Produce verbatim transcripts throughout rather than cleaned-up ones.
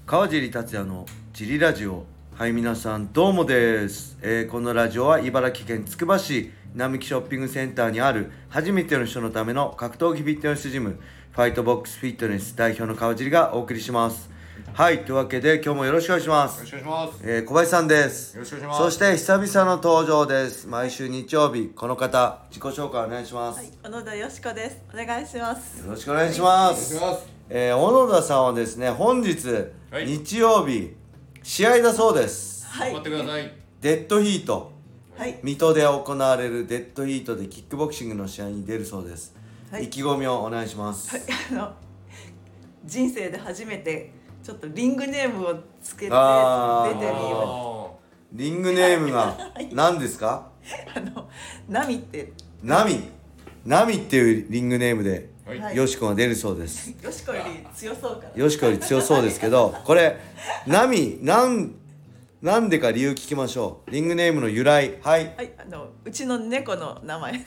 川尻達也のジリラジオ。はい、皆さんどうもです、えー、このラジオは茨城県つくば市並木ショッピングセンターにある初めての人のための格闘技フィットネスジム、ファイトボックスフィットネス代表の川尻がお送りします。はい、というわけで今日もよろしくお願いします。 よろしくお願いします。 えー、小林さんです。 よろしくお願いします。 そして久々の登場です。毎週日曜日、この方自己紹介お願いします。 はい、小野田よしこです。お願いします。 よろしくお願いします。 お願いします。 えー、小野田さんはですね、本日、 はい、 日曜日試合だそうです。 はい、 頑張ってください。 デッドヒート、 はい、 水戸で行われるデッドヒートでキックボクシングの試合に出るそうです。はい、意気込みをお願いします。 はい、あの人生で初めてちょっとリングネームをつけて出てみよう。リングネームが何ですか？ あのナミってナミナミっていうリングネームで、 はい、 よしこが出るそうです。 よしこより強そうかな。 よしこより強そうですけど、これナミなんなんでか理由聞きましょう。リングネームの由来。はい、 はい、あのうちの猫の名前です。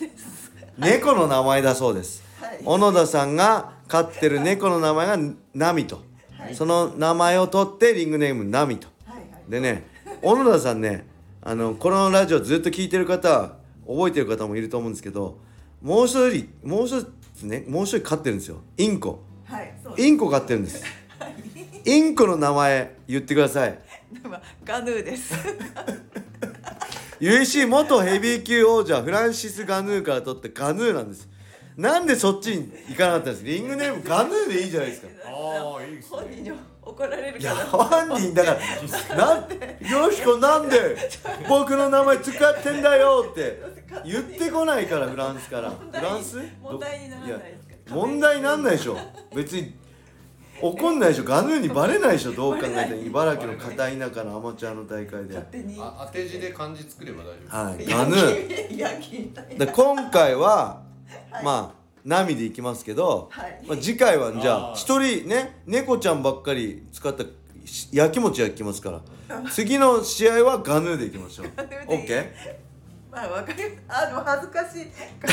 猫の名前だそうです。はい、小野田さんが飼ってる猫の名前がナミと、はい、その名前を取ってリングネームナミと、はいはい、でね、小野田さんね、あのこのラジオずっと聞いてる方、覚えてる方もいると思うんですけど、もう一人もう一つね、もう一人飼ってるんですよ。インコ、はい、そうです。インコ飼ってるんです。インコの名前言ってください。 ガヌーです。 ユーエフシー 元ヘビー級王者フランシス・ガヌーから取ってガヌーなんです。なんでそっちに行かなかったんですか？リングネームガヌーでいいじゃないですか。 ああ、いいですね。 本人に怒られるから。いや、 本人だからなんよしこなんで僕の名前使ってんだよって言ってこないから、フランスから。フランス問題にならないですか？ 問題になんないでしょ別に。怒んないでしょ。ガヌーにバレないでしょ。どう考えたら茨城の片田舎のアマチュアの大会であ当て字で漢字作れば大丈夫。 はい、ガヌーで今回は、はい、まあナミでいきますけど、はい、まあ、次回はじゃあ一人ね、猫ちゃんばっかり使った焼き餅焼きますから次の試合はガヌーでいきましょう。 OK？ まあわかる。あ、でも恥ずかしい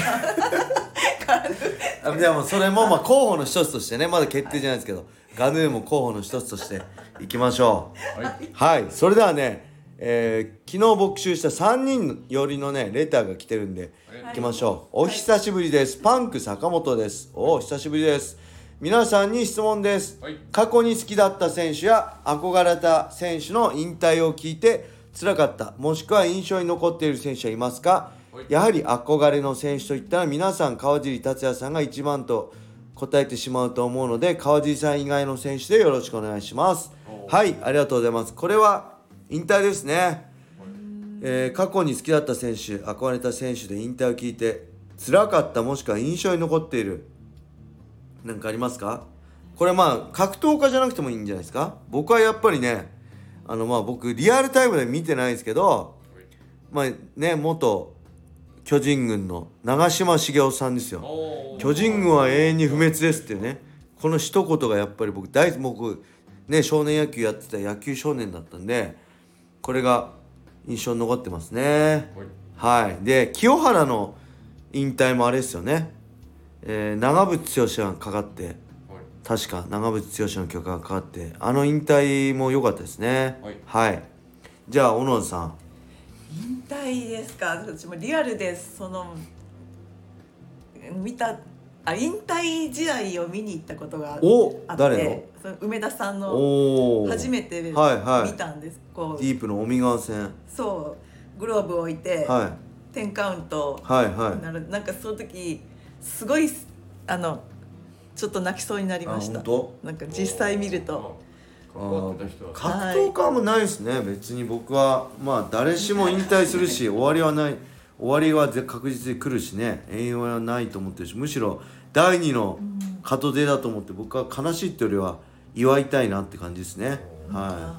あ、でもそれもまあ候補の一つとしてね、まだ決定じゃないですけど、ガヌーも候補の一つとしていきましょう。はい、はい、それではね、えー、昨日募集したさんにんよりのねレターが来てるんでいきましょう。お久しぶりです。パンク坂本です。お久しぶりです。皆さんに質問です。はい、過去に好きだった選手や憧れた選手の引退を聞いて辛かったもしくは印象に残っている選手はいますか？はい、やはり憧れの選手といったら皆さん川尻達也さんが一番と答えてしまうと思うので、川尻さん以外の選手でよろしくお願いします。はい、ありがとうございます。これは引退ですね。えー、過去に好きだった選手、憧れた選手で引退を聞いて辛かったもしくは印象に残っている何かありますか？これまあ格闘家じゃなくてもいいんじゃないですか。僕はやっぱりね、あのまあ僕リアルタイムで見てないですけど、まあね、元巨人軍の長嶋茂雄さんですよ。巨人軍は永遠に不滅ですっていうね、この一言がやっぱり僕大僕ね、少年野球やってた野球少年だったんで、これが印象に残ってますね。はい、はい、で清原の引退もあれですよね、えー、長渕剛がかかって、はい、確か長渕剛の曲がかかって、あの引退も良かったですね。はい、はい、じゃあ小野田さん。 引退ですか？私もリアルです。その見たあ引退試合を見に行ったことがあって、お誰のその梅田さんの初めて見たんです、はいはい、こうディープの尾身川戦、 そうグローブを置いて、はい、テンカウントはいはい、 なる、なんかその時すごいあのちょっと泣きそうになりました。なんか実際見るとあ格闘家もないですね、はい、別に僕はまあ誰しも引退するし終わりはない、終わりは確実に来るしね、永遠はないと思ってるし、むしろ第二の門出だと思って僕は悲しいってよりは祝いたいなって感じですね。はい、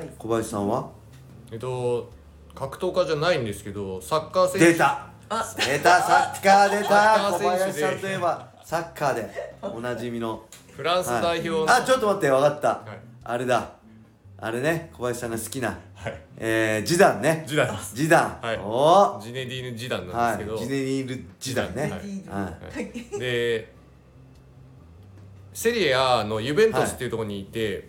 小林さんは？ えっと格闘家じゃないんですけどサッカー選手。 出た出たサッカー出た小林さんといえばサッカーでおなじみのフランス代表の、 はい、あちょっと待って分かった、はい、あれだあれね、小林さんが好きな、はい、えー、ジダンね。 ジダンです。 ジダン、 はい、 おジネディーヌ・ジダンなんですけど、 はい、ジネディーヌ・ジダンね、はいはい、でセリエ A のユベントスっていうところにいて、はい、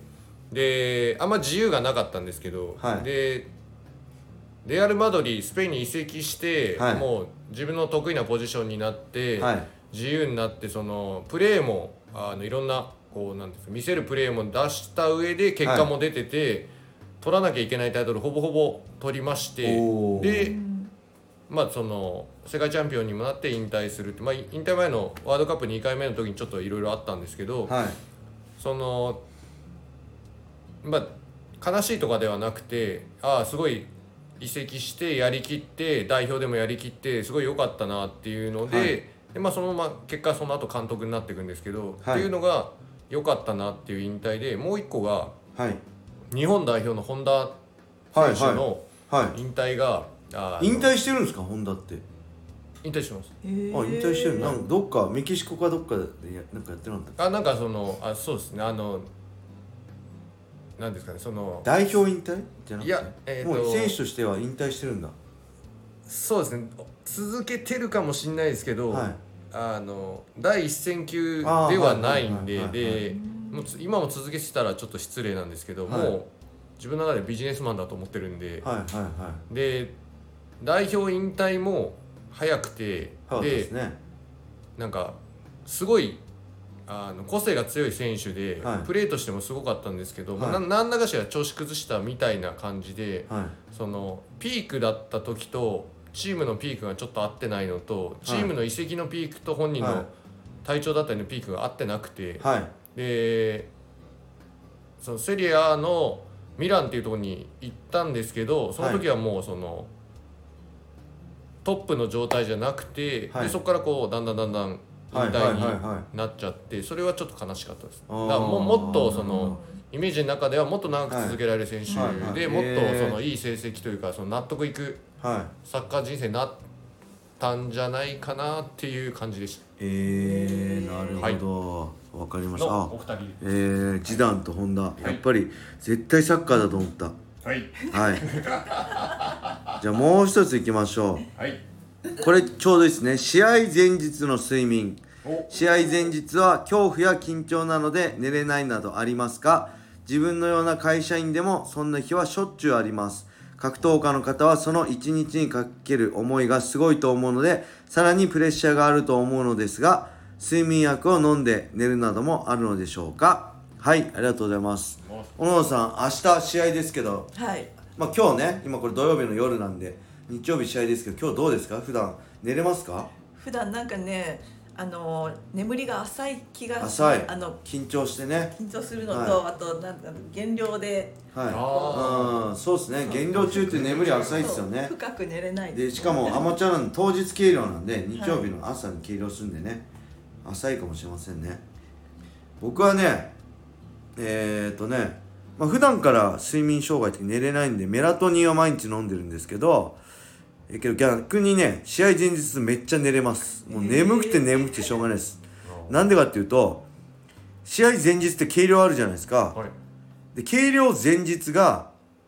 であんま自由がなかったんですけど、 はい、 でレアル・マドリースペインに移籍して、はい、もう自分の得意なポジションになって、はい、自由になってそのプレーもあのいろんなこうなんですか見せるプレーも出した上で結果も出てて、はい、取らなきゃいけないタイトルほぼほぼ取りまして、でまあその世界チャンピオンにもなって引退するって、まあ、引退前のワールドカップにかいめの時にちょっといろいろあったんですけど、はい、そのまあ悲しいとかではなくて、ああすごい移籍してやりきって代表でもやりきってすごい良かったなっていうので、はい、でまあ、そのまま結果その後監督になっていくんですけど、はい、っていうのが良かったなっていう引退で、もう一個が、はい、日本代表の本田選手の引退が、はいはい、 引退してるんですか本田って。 引退してます。 あ、引退してる。なんかどっかメキシコかどっかでやなんかやってなかったっけ。 あ、なんかそのあそうですね、あのなんですかね、その代表引退じゃなくて、 いや、えー、ともう選手としては引退してるんだ。 そうですね、続けてるかもしれないですけど、はい、あの第一線級ではないんで、でもう今も続けてたらちょっと失礼なんですけど、はい、もう自分の中でビジネスマンだと思ってるんで、はいはいはい、で代表引退も早くて、 そうですね、 なんかすごいあの個性が強い選手で、はい、プレーとしてもすごかったんですけど、はい、まあ、何らかしら調子崩したみたいな感じで、はい、そのピークだった時とチームのピークがちょっと合ってないのと、チームの移籍のピークと本人の体調だったりのピークが合ってなくて、はい、でそのセリアのミランっていうところに行ったんですけど、その時はもうそのトップの状態じゃなくて、はい、でそこからこうだんだんだんだん引退になっちゃって、それはちょっと悲しかったです。だからももっとそのイメージの中ではもっと長く続けられる選手で、もっとそのいい成績というかその納得いくサッカー人生になったんじゃないかなっていう感じでした。 えー、なるほど、はい、分かりました。 お二人、 えー、ジダンと本田、はい、やっぱり絶対サッカーだと思った。はい、はい、じゃあもう一ついきましょう。はい、これちょうどいいですね。試合前日の睡眠。試合前日は恐怖や緊張なので寝れないなどありますか？自分のような会社員でもそんな日はしょっちゅうあります。格闘家の方はその一日にかける思いがすごいと思うので、さらにプレッシャーがあると思うのですが、睡眠薬を飲んで寝るなどもあるのでしょうか？はい、ありがとうございます。小野さん、明日試合ですけど、はい、まあ今日ね、今これ土曜日の夜なんで日曜日試合ですけど、今日どうですか？普段寝れますか？ 普段なんかね、あの眠りが浅い気が浅い、 あの緊張してね、 緊張するのと、はい、あとなんか減量で、 はい、あ、そうですね、減量中って眠り浅いですよね。 深く寝れないで、しかもアマチュアなんで当日計量なんで、日曜日の朝に計量するんでね、はい、浅いかもしれませんね。僕はね、えーっとね、まあ、普段から睡眠障害って寝れないんでメラトニンは毎日飲んでるんですけど、えけど逆にね、試合前日めっちゃ寝れます。もう眠くて眠くてしょうがないです。なんでかっていうと、試合前日って計量あるじゃないですか。はい、で計量前日が、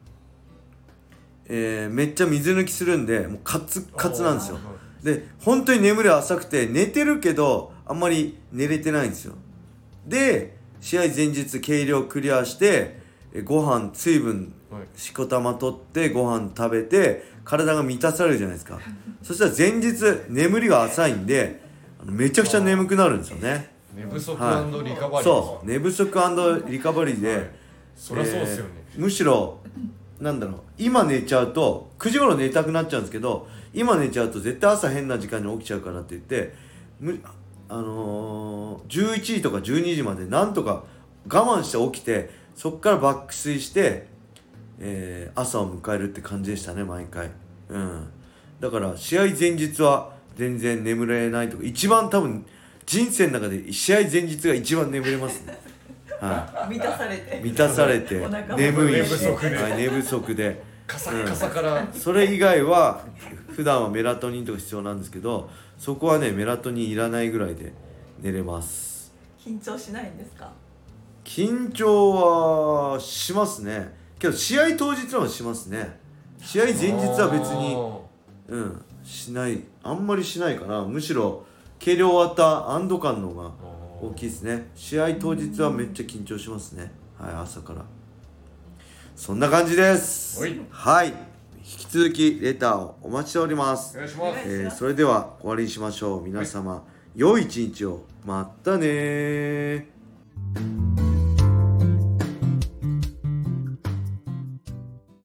えー、めっちゃ水抜きするんで、もうカツカツなんですよ。で本当に眠り浅くて寝てるけどあんまり寝れてないんですよ。で試合前日計量クリアして、ご飯水分しこたま取ってご飯食べて体が満たされるじゃないですか。そしたら前日眠りが浅いんでめちゃくちゃ眠くなるんですよね。 寝不足&リカバリー、はい、 そう寝不足&リカバリーで、はい、 そりゃそうですよね、 えー、むしろなんだろう、今寝ちゃうとくじ頃寝たくなっちゃうんですけど、今寝ちゃうと絶対朝変な時間に起きちゃうからって言ってむあのー、じゅういちじとかじゅうにじまでなんとか我慢して起きて、そっから爆睡して、えー、朝を迎えるって感じでしたね毎回。うん、だから試合前日は全然眠れないとか、一番多分人生の中で試合前日が一番眠れますね。 はい、満たされて満たされて眠いし、 寝不足で、 はい、寝不足でカサカサから、 うん、それ以外は普段はメラトニンとか必要なんですけど、そこはねメラトニンいらないぐらいで寝れます。 緊張しないんですか？ 緊張はしますね。けど試合当日のはしますね。試合前日は別にうんしない、あんまりしないかな。むしろ計量終わった安堵感の方が大きいですね。試合当日はめっちゃ緊張しますね。はい、朝から。 そんな感じです。 はい、 はい、引き続きレターをお待ちしております。 お願いします。 えー、それでは終わりにしましょう。皆様、はい、良い一日を。またねー。